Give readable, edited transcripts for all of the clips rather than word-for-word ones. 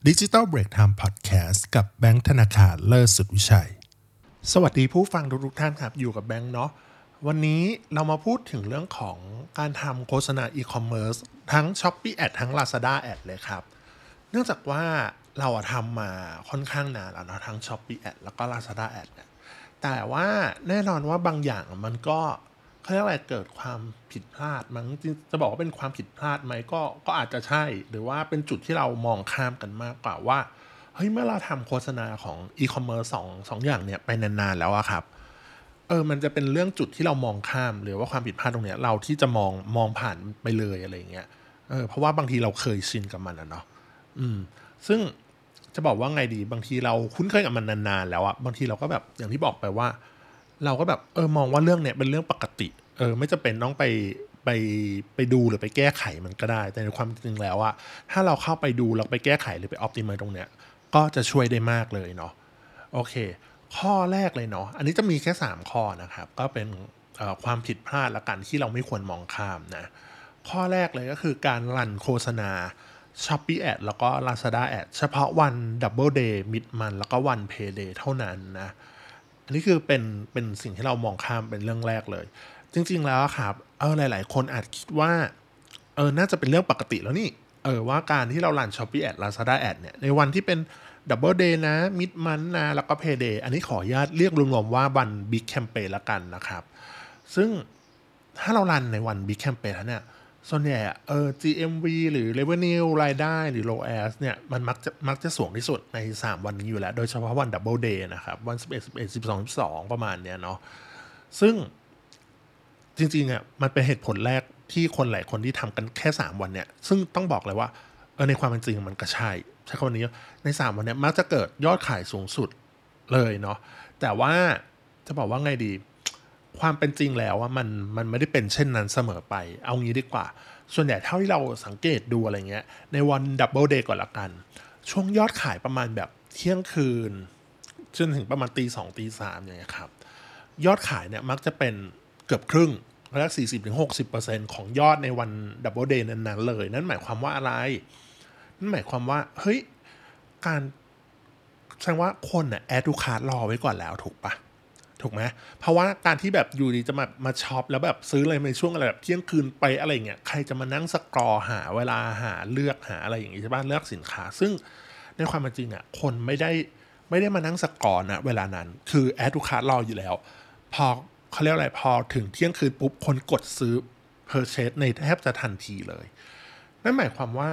Digital Break Time Podcast กับแบงค์ธนาคารเลิศสุดวิชัยสวัสดีผู้ฟังทุกท่านครับอยู่กับแบงค์เนาะวันนี้เรามาพูดถึงเรื่องของการทำโฆษณาอีคอมเมิร์ซทั้ง Shopee Ad ทั้ง Lazada Ad เลยครับเนื่องจากว่าเราทำมาค่อนข้างนานแล้วเนาะทั้ง Shopee Ad แล้วก็ Lazada Ad เนี่ยแต่ว่าแน่นอนว่าบางอย่างมันก็เขาเรียกอะไรเกิดความผิดพลาดมั้งจะบอกว่าเป็นความผิดพลาดไหมก็อาจจะใช่หรือว่าเป็นจุดที่เรามองข้ามกันมากกว่าว่าเฮ้ยเมื่อเราทำโฆษณาของอีคอมเมิร์ซสองอย่างเนี่ยไปนานๆแล้วอะครับมันจะเป็นเรื่องจุดที่เรามองข้ามหรือว่าความผิดพลาดตรงเนี้ยเราที่จะมองผ่านไปเลยอะไรอย่างเงี้ยเพราะว่าบางทีเราเคยชินกับมันอะเนาะซึ่งจะบอกว่าไงดีบางทีเราคุ้นเคยกับมันนานๆแล้วอะบางทีเราก็แบบอย่างที่บอกไปว่าเราก็แบบมองว่าเรื่องเนี้ยเป็นเรื่องปกติไม่จำเป็นต้องไปไปดูหรือไปแก้ไขมันก็ได้แต่ในความจริงแล้วอะถ้าเราเข้าไปดูแล้วไปแก้ไขหรือไปออ t ติไมซ์ตรงเนี้ยก็จะช่วยได้มากเลยเนาะโอเคข้อแรกเลยเนาะอันนี้จะมีแค่3ข้อนะครับก็เป็นความผิดพลาดละกันที่เราไม่ควรมองข้ามนะข้อแรกเลยก็คือการรันโฆษณา Shopee Ad แล้วก็ Lazada Ad เฉพาะวัน Double Day Mid Month แล้วก็วัน Payday เท่านั้นนะอันนี้คือเป็นสิ่งที่เรามองข้ามเป็นเรื่องแรกเลยจริงๆแล้วครับหลายๆคนอาจคิดว่าน่าจะเป็นเรื่องปกติแล้วนี่ว่าการที่เรารัน Shopee Ad Lazada Ad เนี่ยในวันที่เป็น Double Day นะ Mid Month นะแล้วก็ Payday อันนี้ขออนุญาตเรียกรวมๆว่าวัน Big Campaign ละกันนะครับซึ่งถ้าเรารันในวัน Big Campaign แล้วเนี่ยส่วนใหญ่GMV หรือ Revenue รายได้หรือ ROAS เนี่ยมันมักจะสูงที่สุดใน3วันนี้อยู่แล้วโดยเฉพาะวัน Double Day นะครับวัน11 11 12 12ประมาณเนี้ยเนาะซึ่งจริงๆมันเป็นเหตุผลแรกที่คนหลายคนที่ทำกันแค่3วันเนี่ยซึ่งต้องบอกเลยว่าในความเป็นจริงมันก็ใช่คำนี้ใน3วันเนี้ยมักจะเกิดยอดขายสูงสุดเลยเนาะแต่ว่าจะบอกว่าไงดีความเป็นจริงแล้วว่ามันไม่ได้เป็นเช่นนั้นเสมอไปเอางี้ดีกว่าส่วนใหญ่เท่าที่เราสังเกตดูอะไรเงี้ยในวันดับเบิลเดย์ก่อนละกันช่วงยอดขายประมาณแบบเที่ยงคืนจนถึงประมาณตี 2ตี 3อย่างเงี้ยครับยอดขายเนี่ยมักจะเป็นเกือบครึ่งแล้ว40-60%ของยอดในวันดับเบิลเดย์นั้นๆเลยนั่นหมายความว่าอะไรนั่นหมายความว่าเฮ้ยการแสดงว่าคนน่ะแอดลูกค้ารอไว้ก่อนแล้วถูกปะถูกไหมเพราะว่าการที่แบบอยู่ดีจะมาช็อปแล้วแบบซื้ออะไรในช่วงอะไรแบบเที่ยงคืนไปอะไรเงี้ยใครจะมานั่งสกรอหาเวลาหาเลือกหาอะไรอย่างงี้ใช่ปะเลือกสินค้าซึ่งในความเป็นจริงคนไม่ได้มานั่งสกรอนะเวลานั้นคือแอดลูกค้ารออยู่แล้วพอเขาเรียกอะไรพอถึงเที่ยงคืนปุ๊บคนกดซื้อ purchase ในแทบจะทันทีเลยนั่นหมายความว่า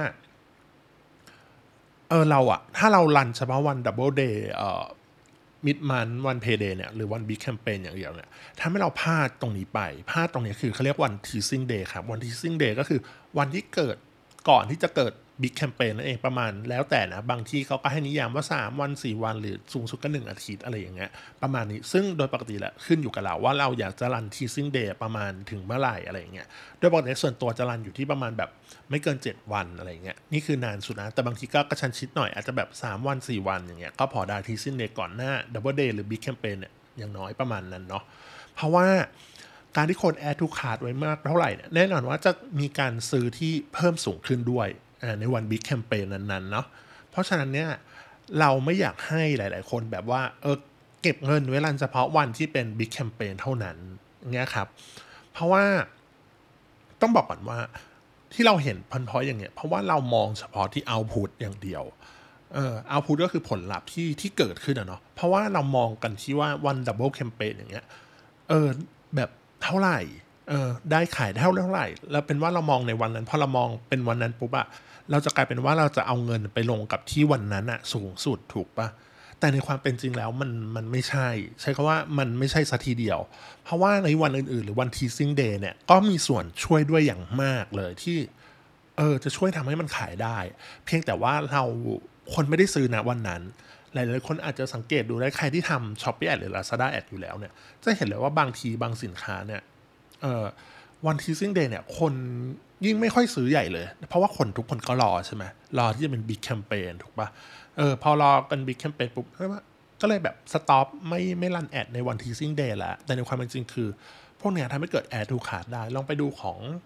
เราอะถ้าเรารันเฉพาะวันดับเบิลเดย์มิดมันวันเพย์เดย์เนี่ยหรือวันบิ๊กแคมเปญอย่างเดียวเนี่ยทำให้เราพลาดตรงนี้ไปพลาดตรงนี้คือเขาเรียกวันทีซิ่งเดย์ครับวันทีซิ่งเดย์ก็คือวันที่เกิดก่อนที่จะเกิดบิ๊กแคมเปญนั่นเองประมาณแล้วแต่นะบางที่เขาก็ให้นิยามว่า3วัน4วันหรือสูงสุดก็1อาทิตย์อะไรอย่างเงี้ยประมาณนี้ซึ่งโดยปกติแหละขึ้นอยู่กับเราว่าเราอยากจะรันทีซิ่งเดย์ประมาณถึงเมื่อไหร่อะไรอย่างเงี้ยโดยปกติส่วนตัวจะรันอยู่ที่ประมาณแบบไม่เกิน7วันอะไรอย่างเงี้ยนี่คือนานสุดนะแต่บางทีก็กระชันชิดหน่อยอาจจะแบบ3วัน4วันอย่างเงี้ยก็พอได้ทีซิ่งเดย์ก่อนหน้าดับเบิลเดย์หรือบิ๊กแคมเปญเนี่ยอย่างน้อยประมาณนั้นเนาะเพราะว่าการที่คนแอดทูคาร์ดไว้มากเท่าไหร่เนี่ยแน่นอนว่าจะมีการซื้อที่เพิ่มสูงขึ้นด้วยในวันบิ๊กแคมเปญนั้นๆเนาะเพราะฉะนั้นเนี่ยเราไม่อยากให้หลายๆคนแบบว่าเก็บเงินไว้รันเฉพาะวันที่เป็นบิ๊กแคมเปญเท่านั้นเงี้ยครับเพราะว่าต้องบอกก่อนว่าที่เราเห็นพันพอยอย่างเงี้ยเพราะว่าเรามองเฉพาะที่เอาพุตอย่างเดียวเอาพุตก็คือผลลัพธ์ที่เกิดขึ้นเนาะเพราะว่าเรามองกันที่ว่าวันดับเบิลแคมเปญอย่างเงี้ยแบบเท่าไหร่ได้ขายเท่าไหร่แล้วเป็นว่าเรามองในวันนั้นพอเรามองเป็นวันนั้นปุ๊บอะเราจะกลายเป็นว่าเราจะเอาเงินไปลงกับที่วันนั้นอะสูงสุดถูกปะแต่ในความเป็นจริงแล้วมันไม่ใช่คำว่ามันไม่ใช่สัทีเดียวเพราะว่าในวันอื่นๆหรือวันทีซิ่งเดย์เนี่ยก็มีส่วนช่วยด้วยอย่างมากเลยที่จะช่วยทำให้มันขายได้เพียงแต่ว่าคนไม่ได้ซื้อนะวันนั้นหลายๆคนอาจจะสังเกตดูได้ใครที่ทำ Shopee Ad หรือ Lazada Ad อยู่แล้วเนี่ยจะเห็นเลยว่าบางทีบางสินค้าเนี่ยวันทีซิ่งเดย์เนี่ยคนยิ่งไม่ค่อยซื้อใหญ่เลยเพราะว่าคนทุกคนก็รอใช่ไหมรอที่จะเป็นบิ๊กแคมเปญถูกปะพอรอกันบิ๊กแคมเปญปุ๊บก็เลยแบบสต็อปไม่รันแอดในวันทีซิ่งเดย์แล้วแต่ในความเป็นจริงคือพวกเนี้ยทำให้เกิดแอดทูขาดได้ลองไปดูของ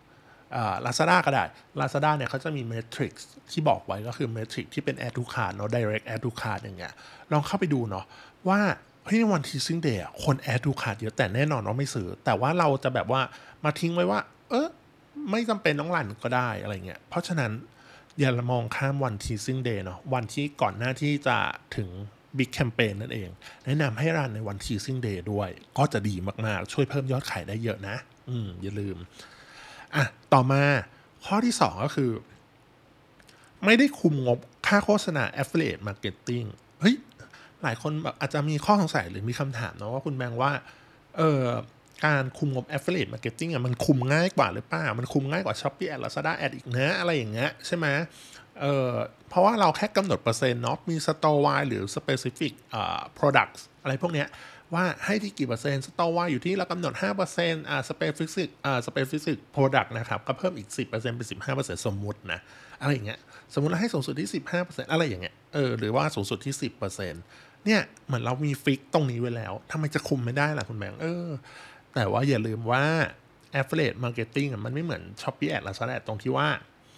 Lazada ก็ได้ Lazada เนี่ยเขาจะมี Matrix ที่บอกไว้ก็คือ Matrix ที่เป็น Add to Cart เนาะ Direct Add to Cart อย่างเงี้ยลองเข้าไปดูเนาะว่าเฮ้ยวัน Teasing Day คน Add to Cart เยอะแต่แน่นอนว่าไม่ซื้อแต่ว่าเราจะแบบว่ามาทิ้งไว้ว่าไม่จำเป็นต้องรันก็ได้อะไรเงี้ยเพราะฉะนั้นอย่ามองข้ามวัน Teasing Day เนาะวันที่ก่อนหน้าที่จะถึง Big Campaign นั่นเองแนะนำให้รันในวัน Teasing Day ด้วยก็จะดีมากๆช่วยเพิ่มยอดขายได้เยอะนะอย่าลืมต่อมาข้อที่2ก็คือไม่ได้คุมงบค่าโฆษณา Affiliate Marketing เฮ้ยหลายคนแบบอาจจะมีข้อสงสัยหรือมีคำถามนะว่าคุณแบงค์ว่าการคุมงบ Affiliate Marketing มันคุมง่ายกว่าหรือเปล่ามันคุมง่ายกว่า Shopee Ad Lazada Ad อีกนะอะไรอย่างเงี้ยใช่ไหมเพราะว่าเราแค่กำหนดเปอร์เซ็นต์เนาะมี Store Wide หรือ Specific Products อะไรพวกเนี้ยว่าให้ที่กี่เปอร์เซ็นต์ Store Wide อยู่ที่เรากำหนด 5% Specific Product นะครับก็เพิ่มอีก 10% เป็น 15% สมมุตินะอะไรอย่างเงี้ยสมมุติเราให้สูงสุดที่ 15% อะไรอย่างเงี้ยหรือว่าสูงสุดที่ 10%เนี่ยเหมือนเรามีฟิกตรงนี้ไว้แล้วทำไมจะคุมไม่ได้ล่ะคุณแบงค์แต่ว่าอย่าลืมว่า Affiliate Marketing มันไม่เหมือน Shopee Ad Lazada ตรงที่ว่า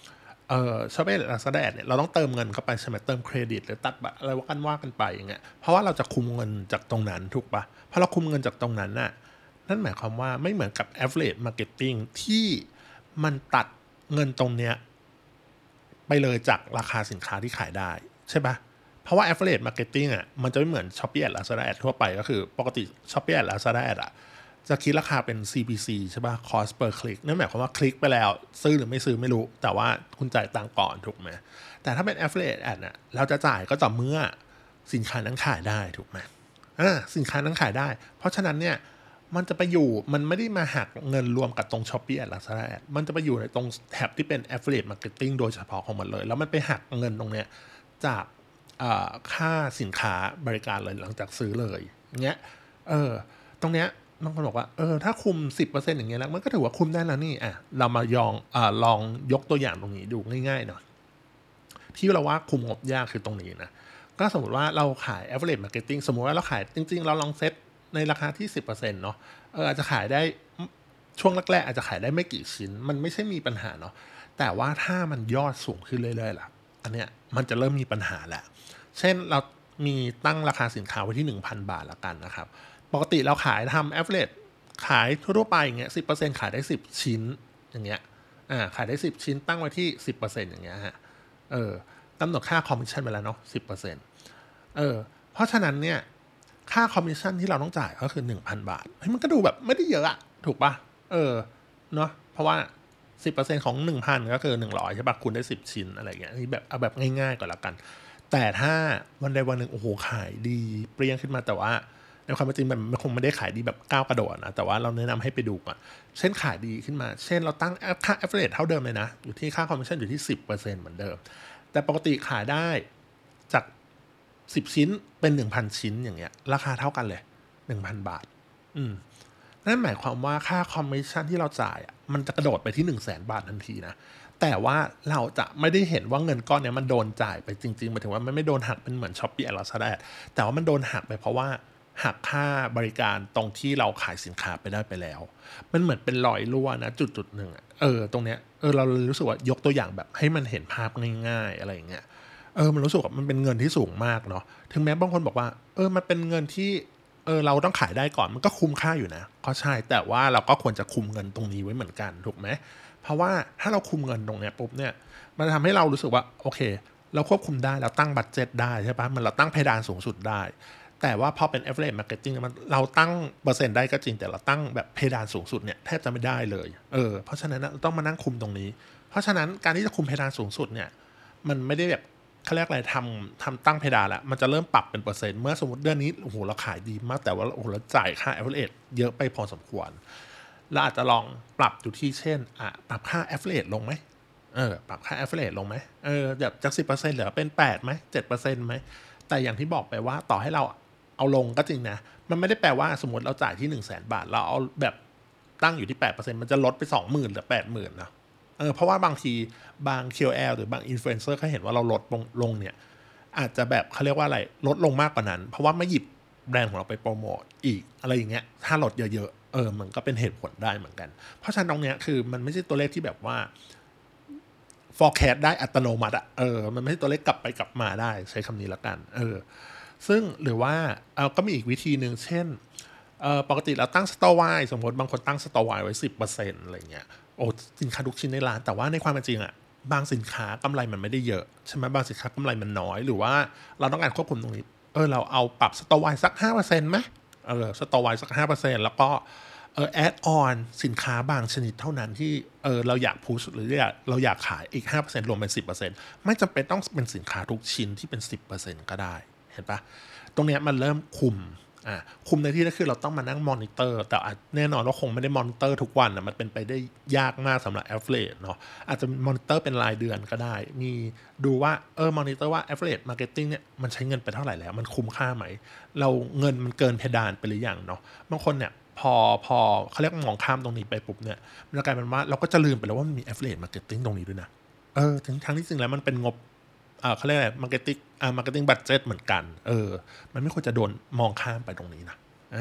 Shopee Ad Lazada เนี่ยเราต้องเติมเงินเข้าไปใช่ไหมเติมเครดิตหรือตัดบัตรอะไรว่ากันไปอย่างเงี้ยเพราะว่าเราจะคุมเงินจากตรงนั้นถูกปะพอเราคุมเงินจากตรงนั้นน่ะนั่นหมายความว่าไม่เหมือนกับ Affiliate Marketing ที่มันตัดเงินตรงเนี้ยไปเลยจากราคาสินค้าที่ขายได้ใช่ปะเพราะว่า Affiliate Marketing มันจะไม่เหมือน Shopee Ad Lazada Ad ทั่วไปก็คือปกติ Shopee Ad Lazada Ad จะคิดราคาเป็น CPC ใช่ป่ะ cost per click นั่นหมายความว่าคลิกไปแล้วซื้อหรือไม่ซื้อไม่รู้แต่ว่าคุณจ่ายตังค์ก่อนถูกไหมแต่ถ้าเป็น affiliate ad เราจะจ่ายก็ต่อเมื่อสินค้านั้นขายได้ถูกไหมสินค้านั้นขายได้เพราะฉะนั้นเนี่ยมันจะไปอยู่มันไม่ได้มาหักเงินรวมกับตรง Shopee Ad Lazada Ad มันจะไปอยู่ในตรงแท็บที่เป็น affiliate marketing โดยเฉพาะของมันเลยแล้วมันไปหักเงินตรงเนี้ยจากค่าสินค้าบริการเลยหลังจากซื้อเลยอย่างเงี้ยตรงเนี้ยบางคนบอกว่าถ้าคุม 10% อย่างเงี้ยแล้วมันก็ถือว่าคุมได้แล้วนี่เรามาลองยกตัวอย่างตรงนี้ดูง่ายๆหน่อยที่เราว่าคุมงบยากคือตรงนี้นะก็สมมติว่าเราขาย average marketing สมมติว่าเราขายจริงๆเราลองเซตในราคาที่ 10% เนาะอาจจะขายได้ช่วงแรกๆอาจจะขายได้ไม่กี่ชิ้นมันไม่ใช่มีปัญหาเนาะแต่ว่าถ้ามันยอดสูงขึ้นเรื่อยๆล่ะอันเนี้ยมันจะเริ่มมีปัญหาแหละเช่นเรามีตั้งราคาสินค้าไว้ที่ 1,000 บาทละกันนะครับปกติเราขายทำ average ขายทั่วไปอย่างเงี้ย 10% ขายได้10ชิ้นอย่างเงี้ยขายได้10ชิ้นตั้งไว้ที่ 10% อย่างเงี้ยฮะกำหนดค่าคอมมิชชั่นไปแล้วเนาะ 10% เพราะฉะนั้นเนี่ยค่าคอมมิชชั่นที่เราต้องจ่ายก็คือ 1,000 บาทมันก็ดูแบบไม่ได้เยอะอะถูกปะเนาะเพราะว่า 10% ของ 1,000 ก็คือ100ใช่ปะคุณได้10ชิ้นอะไรเงี้ยนี่แบบเอาแบบง่ายๆก่อนละกันแต่ถ้าวันใดวันหนึ่งโอ้โหขายดีเปรี้ยงขึ้นมาแต่ว่าในความเป็นจริงมันคงไม่ได้ขายดีแบบก้าวกระโดดนะแต่ว่าเราแนะนำให้ไปดูก่อนเช่นขายดีขึ้นมาเช่นเราตั้งค่า affiliate เท่าเดิมเลยนะอยู่ที่ค่าคอมมิชชั่นอยู่ที่ 10% เหมือนเดิมแต่ปกติขายได้จาก10ชิ้นเป็น 1,000 ชิ้นอย่างเงี้ยราคาเท่ากันเลย 1,000 บาทนั่นหมายความว่าค่าคอมมิชชั่นที่เราจ่ายมันจะกระโดดไปที่ 100,000 บาททันทีนะแต่ว่าเราจะไม่ได้เห็นว่าเงินก้อนนี้มันโดนจ่ายไปจริงๆหมายถึงว่ามันไม่โดนหักเป็นเหมือน Shopee Ad Lazada แต่ว่ามันโดนหักไปเพราะว่าหักค่าบริการตรงที่เราขายสินค้าไปได้ไปแล้วมันเหมือนเป็นรอยรั่วนะจุดๆหนึ่งตรงเนี้ยเรารู้สึกว่ายกตัวอย่างแบบให้มันเห็นภาพง่ายๆอะไรอย่างเงี้ยมันรู้สึกว่ามันเป็นเงินที่สูงมากเนาะถึงแม้บางคนบอกว่ามันเป็นเงินที่เราต้องขายได้ก่อนมันก็คุ้มค่าอยู่นะก็ใช่แต่ว่าเราก็ควรจะคุมเงินตรงนี้ไว้เหมือนกันถูกไหมเพราะว่าถ้าเราคุมเงินตรงเนี้ยปุ๊บเนี่ยมันทำให้เรารู้สึกว่าโอเคเราควบคุมได้เราตั้งบัดเจ็ตได้ใช่ปะมันเราตั้งเพดานสูงสุดได้แต่ว่าพอเป็น affiliate marketing มันเราตั้งเปอร์เซ็นต์ได้ก็จริงแต่เราตั้งแบบเพดานสูงสุดเนี่ยแทบจะไม่ได้เลยเพราะฉะนั้นเราต้องมานั่งคุมตรงนี้เพราะฉะนั้นการที่จะคุมเพดานสูงสุดเนี่ยมันไม่ได้แบบเขาเรียกอะไรทำตั้งเพดานแล้วมันจะเริ่มปรับเป็นเปอร์เซ็นต์เมื่อสมมติเดือนนี้โอ้โหเราขายดีมากแต่ว่าโอ้โหเราจ่ายค่า affiliate เยอะไปพอสมควรเราอาจจะลองปรับอยู่ที่เช่นปรับค่า affiliate ลงไหมปรับค่า affiliate ลงไหมแบบจาก 10% เหลือเป็น8ไหม 7% ไหมแต่อย่างที่บอกไปว่าต่อให้เราเอาลงก็จริงนะมันไม่ได้แปลว่าสมมติเราจ่ายที่ 100,000 บาทเราเอาแบบตั้งอยู่ที่ 8% มันจะลดไป 20,000 เหลือ 80,000 นะเพราะว่าบางทีบาง KOL หรือบางอินฟลูเอนเซอร์เขาเห็นว่าเราลดลงเนี่ยอาจจะแบบเขาเรียกว่าอะไรลดลงมากกว่านั้นเพราะว่าไม่หยิบแบรนด์ของเราไปโปรโมทอีกอะไรอย่างเงี้ยถ้าลดเยอะๆมันก็เป็นเหตุผลได้เหมือนกันเพราะฉะนั้นตรงเนี้ยคือมันไม่ใช่ตัวเลขที่แบบว่า forecast ได้อัตโนมัติมันไม่ใช่ตัวเลขกลับไปกลับมาได้ใช้คำนี้ละกันซึ่งหรือว่าก็มีอีกวิธีหนึ่งเช่นปกติเราตั้ง store wide สมมติบางคนตั้ง store wide ไว้ 10% อะไรเงี้ยโอ้สินค้าทุกชิ้นในร้านแต่ว่าในความเป็นจริงบางสินค้ากำไรมันไม่ได้เยอะใช่ไหมบางสินค้ากำไรมันน้อยหรือว่าเราต้องการควบคุมตรงนี้เราเอาปรับ store wide สัก 5% ไหมstore wide สัก 5% แล้วก็แอดออนสินค้าบางชนิดเท่านั้นที่เราอยากพุชหรือเราอยากขายอีก 5% รวมเป็น 10% ไม่จำเป็นต้องเป็นสินค้าทุกชิ้นที่เป็น 10% ก็ได้เห็นปะตรงเนี้ยมันเริ่มคุมในที่นั้นคือเราต้องมานั่งมอนิเตอร์แต่แน่นอนว่าคงไม่ได้มอนิเตอร์ทุกวันมันเป็นไปได้ยากมากสำหรับ affiliate เนาะอาจจะมอนิเตอร์เป็นรายเดือนก็ได้มีดูว่ามอนิเตอร์ว่า affiliate marketing เนี่ยมันใช้เงินไปเท่าไหร่แล้วมันคุ้มค่าไหมเราเงินมันเกินเพดานไปหรือยังเนาะบางคนเนี่ยพอเขาเรียกมองข้ามตรงนี้ไปปุ๊บเนี่ยมันกลายเป็นว่าเราก็จะลืมไปแล้วว่ามันมี affiliate marketing ตรงนี้ด้วยนะทั้งที่จริงแล้วมันเป็นงบเขาเรียกอะไรมาร์เก็ตติ้งบัดเจ็ตเหมือนกันมันไม่ควรจะโดนมองข้ามไปตรงนี้นะ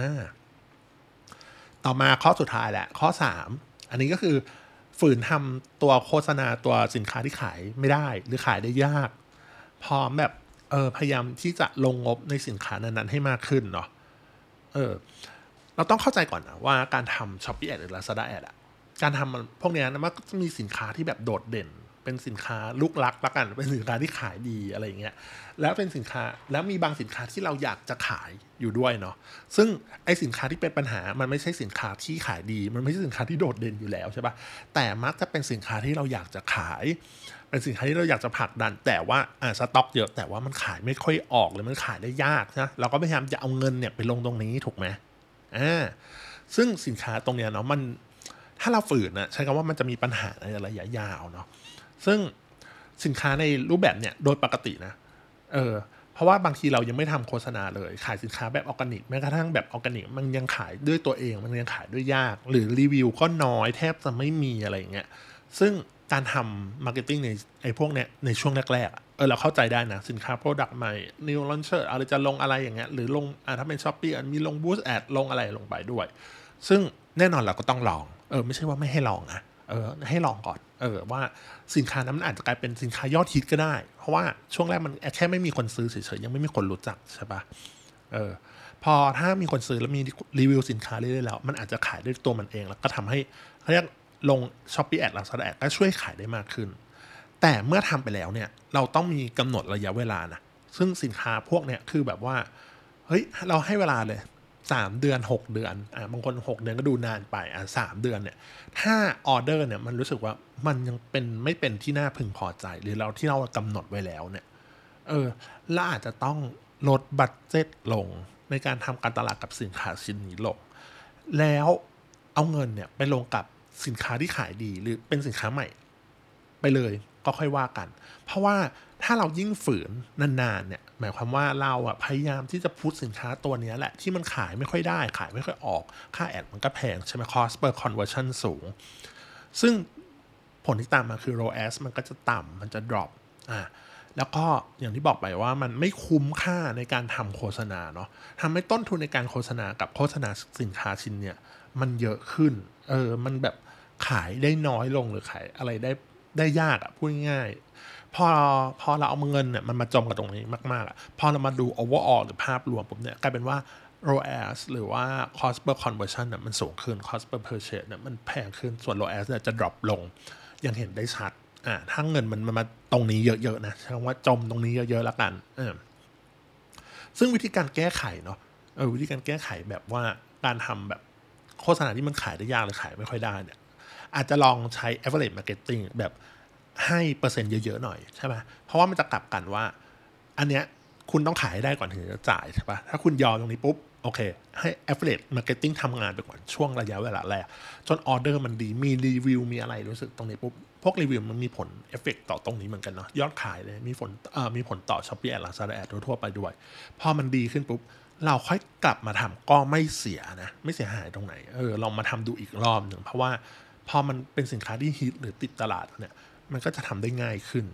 ต่อมาข้อสุดท้ายแหละข้อ3อันนี้ก็คือฝืนทำตัวโฆษณาตัวสินค้าที่ขายไม่ได้หรือขายได้ยากพร้อมแบบพยายามที่จะลงงบในสินค้านั้นๆให้มากขึ้นเนาะเราต้องเข้าใจก่อนนะว่าการทำ Shopee Ad หรือ Lazada Ad การทำพวกนี้นะมันก็จะมีสินค้าที่แบบโดดเด่นเป็นสินค้าลูกรักละกันเป็นสินค้าที่ขายดีอะไรอย่างเงี้ยแล้วเป็นสินค้าแล้วมีบางสินค้าที่เราอยากจะขายอยู่ด้วยเนาะซึ่งไอสินค้าที่เป็นปัญหามันไม่ใช่สินค้าที่ขายดีมันไม่ใช่สินค้าที่โดดเด่นอยู่แล้วใช่ปะแต่มักจะเป็นสินค้าที่เราอยากจะขายเป็นสินค้าที่เราอยากจะผลักดันแต่ว่าสต็อกเยอะแต่ว่ามันขายไม่ค่อยออกหรือมันขายได้ยากนะเราก็พยายามจะเอาเงินเนี่ยไปลงตรงนี้ถูกไหมซึ่งสินค้าตรงเนี้ยเนาะมันถ้าเราฝืนนะใช้คำว่ามันจะมีปัญหาในระยะยาวเนาะซึ่งสินค้าในรูปแบบเนี่ยโดยปกตินะเพราะว่าบางทีเรายังไม่ทำโฆษณาเลยขายสินค้าแบบออร์แกนิกแม้กระทั่งแบบออร์แกนิกมันยังขายด้วยตัวเองมันยังขายด้วยยากหรือรีวิวก็น้อยแทบจะไม่มีอะไรอย่างเงี้ยซึ่งการทำมาร์เก็ตติ้งในไอ้พวกเนี้ยในช่วงแรกๆเราเข้าใจได้นะสินค้าโปรดักต์ใหม่ new launcher อะไรจะลงอะไรอย่างเงี้ยหรือลงถ้าเป็น Shopee มีลง Boost Ad ลงอะไรลงไปด้วยซึ่งแน่นอนเราก็ต้องลองไม่ใช่ว่าไม่ให้ลองนะให้ลองก่อนว่าสินค้านั้นมันอาจจะกลายเป็นสินค้ายอดฮิตก็ได้เพราะว่าช่วงแรกมันแค่ไม่มีคนซื้อเฉยๆยังไม่มีคนรู้จักใช่ปะพอถ้ามีคนซื้อแล้วมีรีวิวสินค้าเรื่อยๆแล้วมันอาจจะขายด้วยตัวมันเองแล้วก็ทำให้เขาเรียกลง Shopee Ad Lazada Ad ก็ช่วยขายได้มากขึ้นแต่เมื่อทำไปแล้วเนี่ยเราต้องมีกำหนดระยะเวลานะซึ่งสินค้าพวกเนี้ยคือแบบว่าเฮ้ยเราให้เวลาเลย3 เดือน6 เดือนบางคน6 เดือนก็ดูนานไป3 เดือนเนี่ยถ้าออเดอร์เนี่ยมันรู้สึกว่ามันยังไม่เป็นที่น่าพึงพอใจหรือที่เรากำหนดไว้แล้วเนี่ยเราอาจจะต้องลดบัดเจ็ตลงในการทำการตลาดกับสินค้าชิ้นนี้ลงแล้วเอาเงินเนี่ยไปลงกับสินค้าที่ขายดีหรือเป็นสินค้าใหม่ไปเลยก็ค่อยว่ากันเพราะว่าถ้าเรายิ่งฝืนนานๆเนี่ยหมายความว่าเราพยายามที่จะพุชสินค้าตัวนี้แหละที่มันขายไม่ค่อยได้ขายไม่ค่อยออกค่าแอดมันก็แพงใช่ไหม cost per conversion สูงซึ่งผลที่ตามมาคือ ROAS มันก็จะต่ำมันจะ drop แล้วก็อย่างที่บอกไปว่ามันไม่คุ้มค่าในการทำโฆษณาเนาะทำให้ต้นทุนในการโฆษณากับโฆษณาสินค้าชิ้นเนี่ยมันเยอะขึ้นมันแบบขายได้น้อยลงหรือขายอะไรได้ยากพูดง่ายๆพอเราเอาเงินเนี่ยมันมาจมกับตรงนี้มากๆพอเรามาดู overall หรือภาพรวมปุ๊บเนี่ยกลายเป็นว่า ROAS หรือว่า cost per conversion เนี่ยมันสูงขึ้น cost per purchase เนี่ยมันแพงขึ้นส่วน ROAS เนี่ยจะ drop ลงอย่างเห็นได้ชัดถ้าเงินมันมาตรงนี้เยอะๆนะใช้คำว่าจมตรงนี้เยอะๆแล้วกันซึ่งวิธีการแก้ไขเนาะวิธีการแก้ไขแบบว่าการทำแบบโฆษณาที่มันขายได้ยากหรือขายไม่ค่อยได้เนี่ยอาจจะลองใช้ affiliate marketing แบบให้เปอร์เซ็นต์เยอะๆหน่อยใช่ไหมเพราะว่ามันจะกลับกันว่าอันเนี้ยคุณต้องขายได้ก่อนถึงจะจ่ายใช่ปะถ้าคุณยอมตรงนี้ปุ๊บโอเคให้ affiliate marketing ทำงานไปก่อนช่วงระยะเวลาแรกจนออเดอร์มันดีมีรีวิวมีอะไรรู้สึกตรงนี้ปุ๊บพวกรีวิวมันมีผลเอฟเฟกต์ต่อตรงนี้เหมือนกันเนาะยอดขายเลยมีผลต่อ Shopee Ad Lazada Ad ทั่วไปด้วยพอมันดีขึ้นปุ๊บเราค่อยกลับมาทำก็ไม่เสียนะไม่เสียหายตรงไหนลองมาทำดูอีกรอบหนึ่งเพราะว่าพอมันเป็นสินค้าที่ฮิตหรือติดตลาดเนี่ยมันก็จะทำได้ง่ายขึ้นไง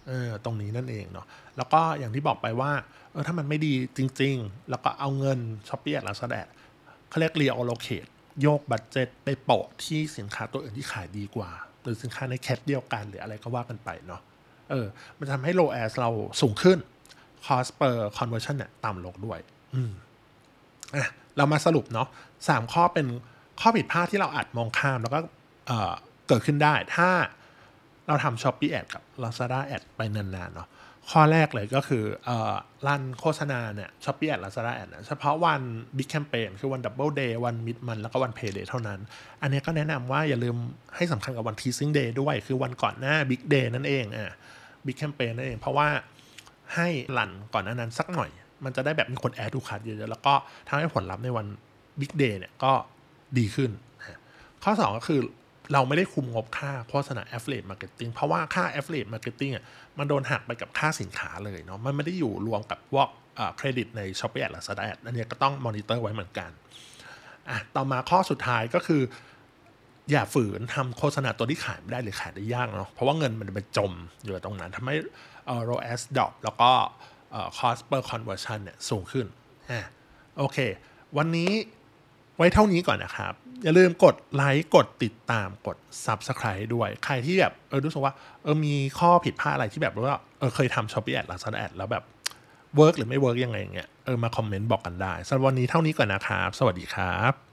ตรงนี้นั่นเองเนาะแล้วก็อย่างที่บอกไปว่าถ้ามันไม่ดีจริงๆแล้วก็เอาเงิน Shopee Ads Lazada Ads เขาเรียก reallocate โยกบัดเจ็ตไปโปะที่สินค้าตัวอื่นที่ขายดีกว่าหรือสินค้าในแคทเดียวกันหรืออะไรก็ว่ากันไปเนาะมันทำให้ ROAS เราสูงขึ้น cost per conversion เนี่ยต่ำลงด้วยเรามาสรุปเนาะ3ข้อเป็นข้อผิดพลาดที่เราอาจมองข้ามแล้วก็เกิดขึ้นได้ถ้าเราทำ Shopee Ad กับ Lazada Ad ไปนานๆเนาะข้อแรกเลยก็คือรันโฆษณาเนี่ย Shopee Ad Lazada Ad เฉพาะวัน Big Campaign คือวัน Double Day วัน Mid Month แล้วก็วัน Payday เท่านั้นอันนี้ก็แนะนำว่าอย่าลืมให้สำคัญกับวัน Teasing Day ด้วยคือวันก่อนหน้า Big Day นั่นเองBig Campaign นั่นเองเพราะว่าให้รันก่อนหน้านั้นสักหน่อยมันจะได้แบบมีคนแอดดูคัดเยอะๆแล้วก็ทำให้ผลลัพธ์ในวัน Big Day เนี่ยก็ดีขึ้นข้อ2ก็คือเราไม่ได้คุมงบค่าโฆษณา Affiliate Marketing เพราะว่าค่า Affiliate Marketing มันโดนหักไปกับค่าสินค้าเลยเนาะมันไม่ได้อยู่รวมกับพวกเครดิตใน Shopee Ad Lazada Ad อันนี้ก็ต้องมอนิเตอร์ไว้เหมือนกันต่อมาข้อสุดท้ายก็คืออย่าฝืนทำโฆษณาตัวที่ขายไม่ได้หรือขายได้ยากเนาะเพราะว่าเงินมันไปจมอยู่ตรงนั้นทำให้ROAS drop แล้วก็cost per conversion เนี่ยสูงขึ้นโอเควันนี้ไว้เท่านี้ก่อนนะครับอย่าลืมกดไลค์กดติดตามกด Subscribe ด้วยใครที่แบบรู้สึกว่ามีข้อผิดพลาดอะไรที่แบบว่าเคยทำ Shopee Ad Lazada Ad แล้วแบบเวิร์กหรือไม่เวิร์กยังไงอย่างเงี้ยมาคอมเมนต์บอกกันได้สำหรับวันนี้เท่านี้ก่อนนะครับสวัสดีครับ